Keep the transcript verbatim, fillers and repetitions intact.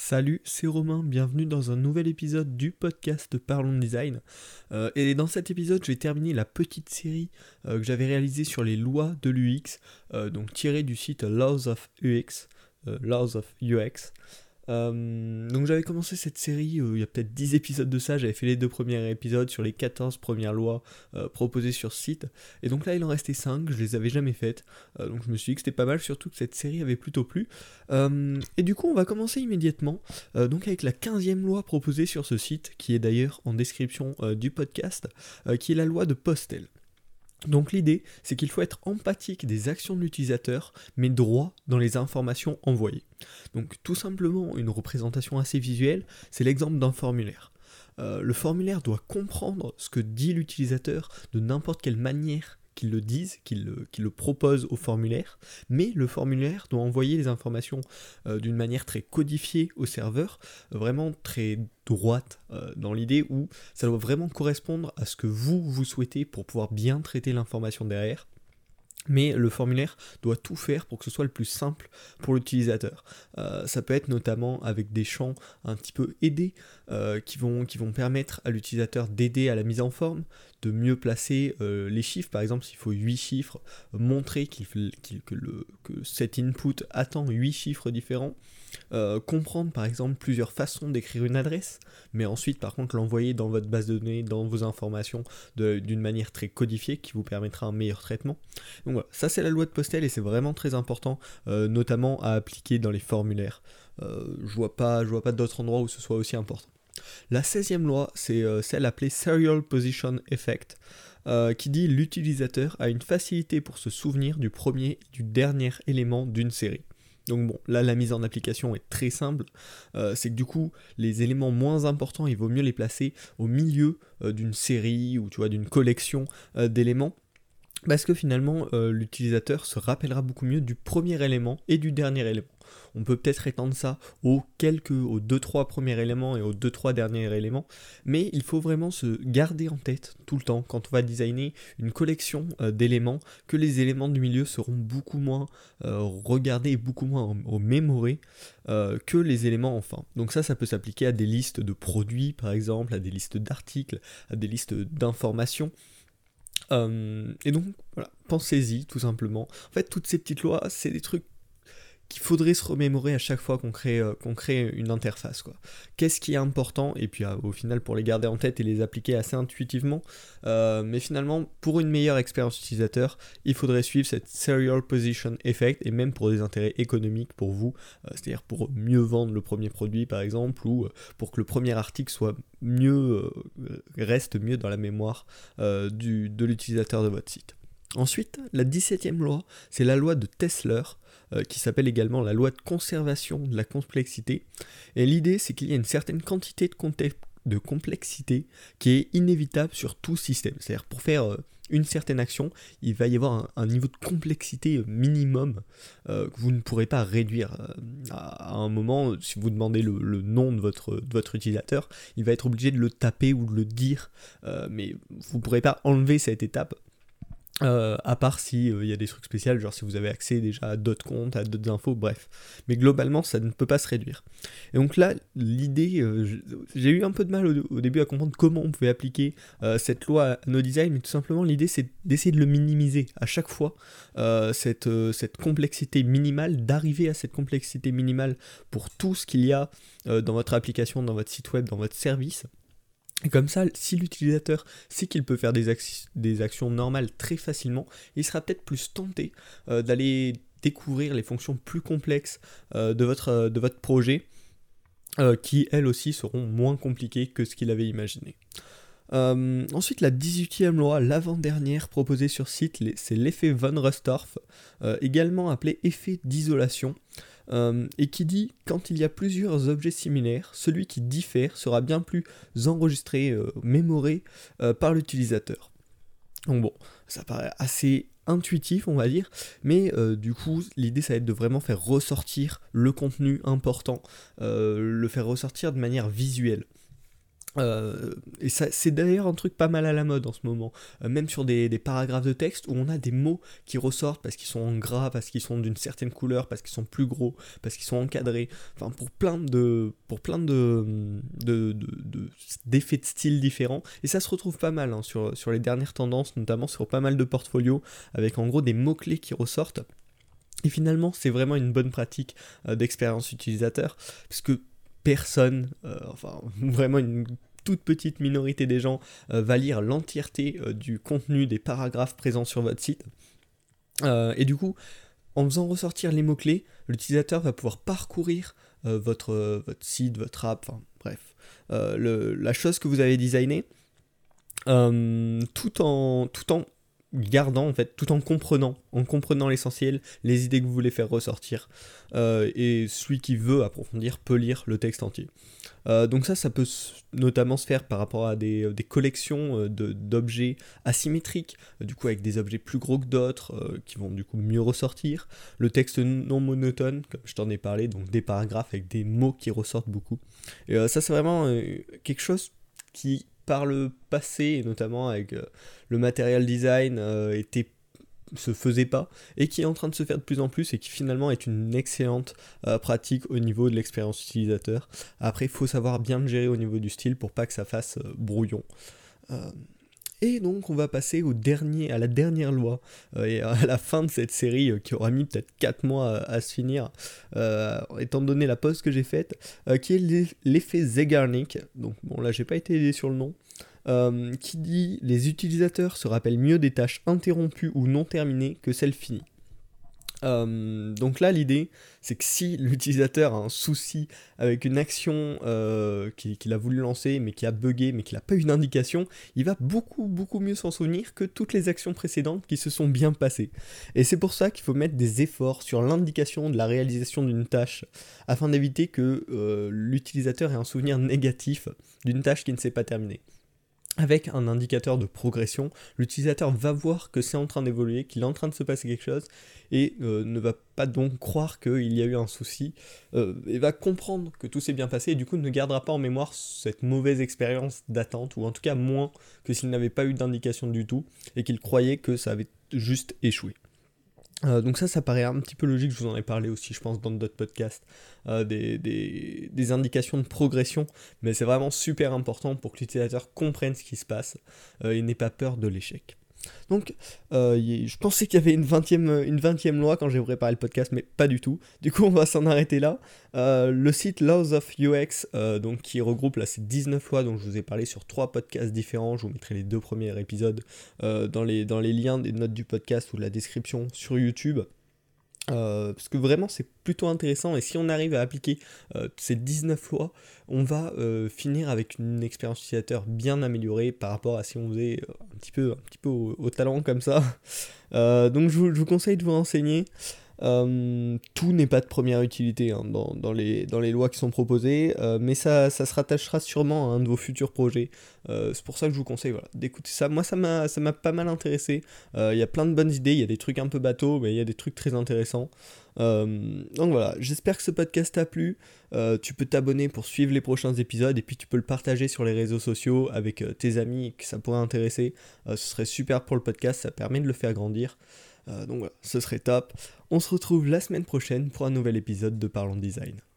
Salut, c'est Romain, bienvenue dans un nouvel épisode du podcast Parlons Design. Euh, et dans cet épisode, je vais terminer la petite série euh, que j'avais réalisée sur les lois de l'U X, euh, donc tirée du site Laws of U X, euh, Laws of U X. Euh, donc j'avais commencé cette série euh, il y a peut-être dix épisodes de ça, j'avais fait les deux premiers épisodes sur les quatorze premières lois euh, proposées sur ce site, et donc là il en restait cinq, je les avais jamais faites, euh, donc je me suis dit que c'était pas mal, surtout que cette série avait plutôt plu, euh, et du coup on va commencer immédiatement, euh, donc avec la quinzième loi proposée sur ce site, qui est d'ailleurs en description euh, du podcast, euh, qui est la loi de Postel. Donc l'idée, c'est qu'il faut être empathique des actions de l'utilisateur, mais droit dans les informations envoyées. Donc tout simplement, une représentation assez visuelle, c'est l'exemple d'un formulaire. Euh, le formulaire doit comprendre ce que dit l'utilisateur de n'importe quelle manière qu'il le dise, qu'il le, qu'il le propose au formulaire, mais le formulaire doit envoyer les informations euh, d'une manière très codifiée au serveur, euh, vraiment très droite euh, dans l'idée où ça doit vraiment correspondre à ce que vous, vous souhaitez pour pouvoir bien traiter l'information derrière. Mais le formulaire doit tout faire pour que ce soit le plus simple pour l'utilisateur. Euh, ça peut être notamment avec des champs un petit peu aidés euh, qui, vont, qui vont permettre à l'utilisateur d'aider à la mise en forme, de mieux placer euh, les chiffres. Par exemple, s'il faut huit chiffres, montrer qu'il, qu'il, que, le, que cet input attend huit chiffres différents. Euh, comprendre par exemple plusieurs façons d'écrire une adresse, mais ensuite par contre l'envoyer dans votre base de données, dans vos informations de, d'une manière très codifiée qui vous permettra un meilleur traitement. Donc voilà, ça c'est la loi de Postel et c'est vraiment très important, euh, notamment à appliquer dans les formulaires. Euh, je vois pas, je vois pas d'autres endroits où ce soit aussi important. La seizième loi, c'est euh, celle appelée Serial Position Effect, euh, qui dit l'utilisateur a une facilité pour se souvenir du premier et du dernier élément d'une série. Donc bon, là la mise en application est très simple, euh, c'est que du coup les éléments moins importants, il vaut mieux les placer au milieu euh, d'une série ou tu vois d'une collection euh, d'éléments, parce que finalement euh, l'utilisateur se rappellera beaucoup mieux du premier élément et du dernier élément. On peut peut-être étendre ça aux quelques, aux deux trois premiers éléments et aux deux trois derniers éléments, mais il faut vraiment se garder en tête tout le temps quand on va designer une collection euh, d'éléments, que les éléments du milieu seront beaucoup moins euh, regardés et beaucoup moins mémorés euh, que les éléments en fin. Donc ça, ça peut s'appliquer à des listes de produits par exemple, à des listes d'articles, à des listes d'informations. Euh, et donc voilà, pensez-y tout simplement. En fait, toutes ces petites lois, c'est des trucs qu'il faudrait se remémorer à chaque fois qu'on crée, euh, qu'on crée une interface, quoi. Qu'est-ce qui est important, et puis euh, au final pour les garder en tête et les appliquer assez intuitivement, euh, mais finalement pour une meilleure expérience utilisateur, il faudrait suivre cette Serial Position Effect, et même pour des intérêts économiques pour vous, euh, c'est-à-dire pour mieux vendre le premier produit par exemple, ou euh, pour que le premier article soit mieux, euh, reste mieux dans la mémoire euh, du, de l'utilisateur de votre site. Ensuite, la dix-septième loi, c'est la loi de Tesler, euh, qui s'appelle également la loi de conservation de la complexité. Et l'idée, c'est qu'il y a une certaine quantité de, conte- de complexité qui est inévitable sur tout système. C'est-à-dire, pour faire euh, une certaine action, il va y avoir un, un niveau de complexité minimum euh, que vous ne pourrez pas réduire. Euh, à, à un moment, si vous demandez le, le nom de votre, de votre utilisateur, il va être obligé de le taper ou de le dire, euh, mais vous ne pourrez pas enlever cette étape. Euh, à part si il euh, y a des trucs spéciaux, genre si vous avez accès déjà à d'autres comptes, à d'autres infos, bref. Mais globalement, ça ne peut pas se réduire. Et donc là, l'idée, euh, j'ai eu un peu de mal au, au début à comprendre comment on pouvait appliquer euh, cette loi à nos designs, mais tout simplement l'idée c'est d'essayer de le minimiser à chaque fois, euh, cette, euh, cette complexité minimale, d'arriver à cette complexité minimale pour tout ce qu'il y a euh, dans votre application, dans votre site web, dans votre service. Et comme ça, si l'utilisateur sait qu'il peut faire des, ac- des actions normales très facilement, il sera peut-être plus tenté euh, d'aller découvrir les fonctions plus complexes euh, de, votre, euh, de votre projet, euh, qui elles aussi seront moins compliquées que ce qu'il avait imaginé. Euh, ensuite, la dix-huitième loi, l'avant-dernière proposée sur site, c'est l'effet von Restorff, euh, également appelé effet d'isolation. Euh, et qui dit quand il y a plusieurs objets similaires, celui qui diffère sera bien plus enregistré, euh, mémoré euh, par l'utilisateur. Donc bon, ça paraît assez intuitif on va dire, mais euh, du coup l'idée ça va être de vraiment faire ressortir le contenu important, euh, le faire ressortir de manière visuelle. Euh, et ça, c'est d'ailleurs un truc pas mal à la mode en ce moment, euh, même sur des, des paragraphes de texte où on a des mots qui ressortent parce qu'ils sont en gras, parce qu'ils sont d'une certaine couleur, parce qu'ils sont plus gros, parce qu'ils sont encadrés, enfin pour plein de, pour plein de, de, de, de- d'effets de style différents. Et ça se retrouve pas mal hein, sur, sur les dernières tendances, notamment sur pas mal de portfolios, avec en gros des mots-clés qui ressortent. Et finalement, c'est vraiment une bonne pratique euh, d'expérience utilisateur, parce que personne, euh, enfin vraiment une toute petite minorité des gens euh, va lire l'entièreté euh, du contenu des paragraphes présents sur votre site. Euh, et du coup, en faisant ressortir les mots-clés, l'utilisateur va pouvoir parcourir euh, votre, euh, votre site, votre app, enfin bref, euh, le- la chose que vous avez designée, euh, tout en tout en gardant en fait, tout en comprenant, en comprenant l'essentiel, les idées que vous voulez faire ressortir. Euh, et celui qui veut approfondir peut lire le texte entier. Euh, donc ça, ça peut s- notamment se faire par rapport à des, euh, des collections euh, de- d'objets asymétriques, euh, du coup avec des objets plus gros que d'autres, euh, qui vont du coup mieux ressortir. Le texte non monotone, comme je t'en ai parlé, donc des paragraphes avec des mots qui ressortent beaucoup. Et euh, ça, c'est vraiment euh, quelque chose qui, par le passé, et notamment avec euh, le material design, euh, était se faisait pas et qui est en train de se faire de plus en plus et qui finalement est une excellente euh, pratique au niveau de l'expérience utilisateur. Après, il faut savoir bien le gérer au niveau du style pour pas que ça fasse euh, brouillon. Euh, et donc on va passer au dernier, à la dernière loi, euh, et à la fin de cette série euh, qui aura mis peut-être quatre mois à, à se finir, euh, étant donné la pause que j'ai faite, euh, qui est l'effet Zeigarnik. Donc bon là j'ai pas été aidé sur le nom. Euh, qui dit les utilisateurs se rappellent mieux des tâches interrompues ou non terminées que celles finies. Euh, donc là, l'idée, c'est que si l'utilisateur a un souci avec une action euh, qu'il, qu'il a voulu lancer, mais qui a bugué, mais qu'il n'a pas eu d'indication, il va beaucoup, beaucoup mieux s'en souvenir que toutes les actions précédentes qui se sont bien passées. Et c'est pour ça qu'il faut mettre des efforts sur l'indication de la réalisation d'une tâche, afin d'éviter que euh, l'utilisateur ait un souvenir négatif d'une tâche qui ne s'est pas terminée. Avec un indicateur de progression, l'utilisateur va voir que c'est en train d'évoluer, qu'il est en train de se passer quelque chose, et euh, ne va pas donc croire qu'il y a eu un souci, euh, et va comprendre que tout s'est bien passé, et du coup ne gardera pas en mémoire cette mauvaise expérience d'attente, ou en tout cas moins que s'il n'avait pas eu d'indication du tout, et qu'il croyait que ça avait juste échoué. Euh, donc ça, ça paraît un petit peu logique, je vous en ai parlé aussi, je pense, dans d'autres podcasts, euh, des, des, des indications de progression, mais c'est vraiment super important pour que l'utilisateur comprenne ce qui se passe euh, et n'ait pas peur de l'échec. Donc, euh, y- je pensais qu'il y avait une vingtième, une vingtième loi quand j'ai préparé le podcast, mais pas du tout. Du coup, on va s'en arrêter là. Euh, le site Laws of U X, euh, donc, qui regroupe là, ces dix-neuf lois dont je vous ai parlé sur trois podcasts différents, je vous mettrai les deux premiers épisodes euh, dans, les, dans les liens des notes du podcast ou de la description sur YouTube. Euh, parce que vraiment c'est plutôt intéressant et si on arrive à appliquer euh, ces dix-neuf lois, on va euh, finir avec une expérience utilisateur bien améliorée par rapport à si on faisait euh, un petit peu, un petit peu au, au talent comme ça. Euh, donc je vous, je vous conseille de vous renseigner. Euh, tout n'est pas de première utilité hein, dans, dans, les, dans les lois qui sont proposées, euh, mais ça, ça se rattachera sûrement à un de vos futurs projets. Euh, c'est pour ça que je vous conseille voilà, d'écouter ça. Moi, ça m'a, ça m'a pas mal intéressé. Il euh, y a plein de bonnes idées, il y a des trucs un peu bateaux, mais il y a des trucs très intéressants. Euh, donc voilà, j'espère que ce podcast t'a plu. Euh, tu peux t'abonner pour suivre les prochains épisodes et puis tu peux le partager sur les réseaux sociaux avec euh, tes amis que ça pourrait intéresser. Euh, ce serait super pour le podcast, ça permet de le faire grandir. Euh, donc voilà, ce serait top. On se retrouve la semaine prochaine pour un nouvel épisode de Parlons Design.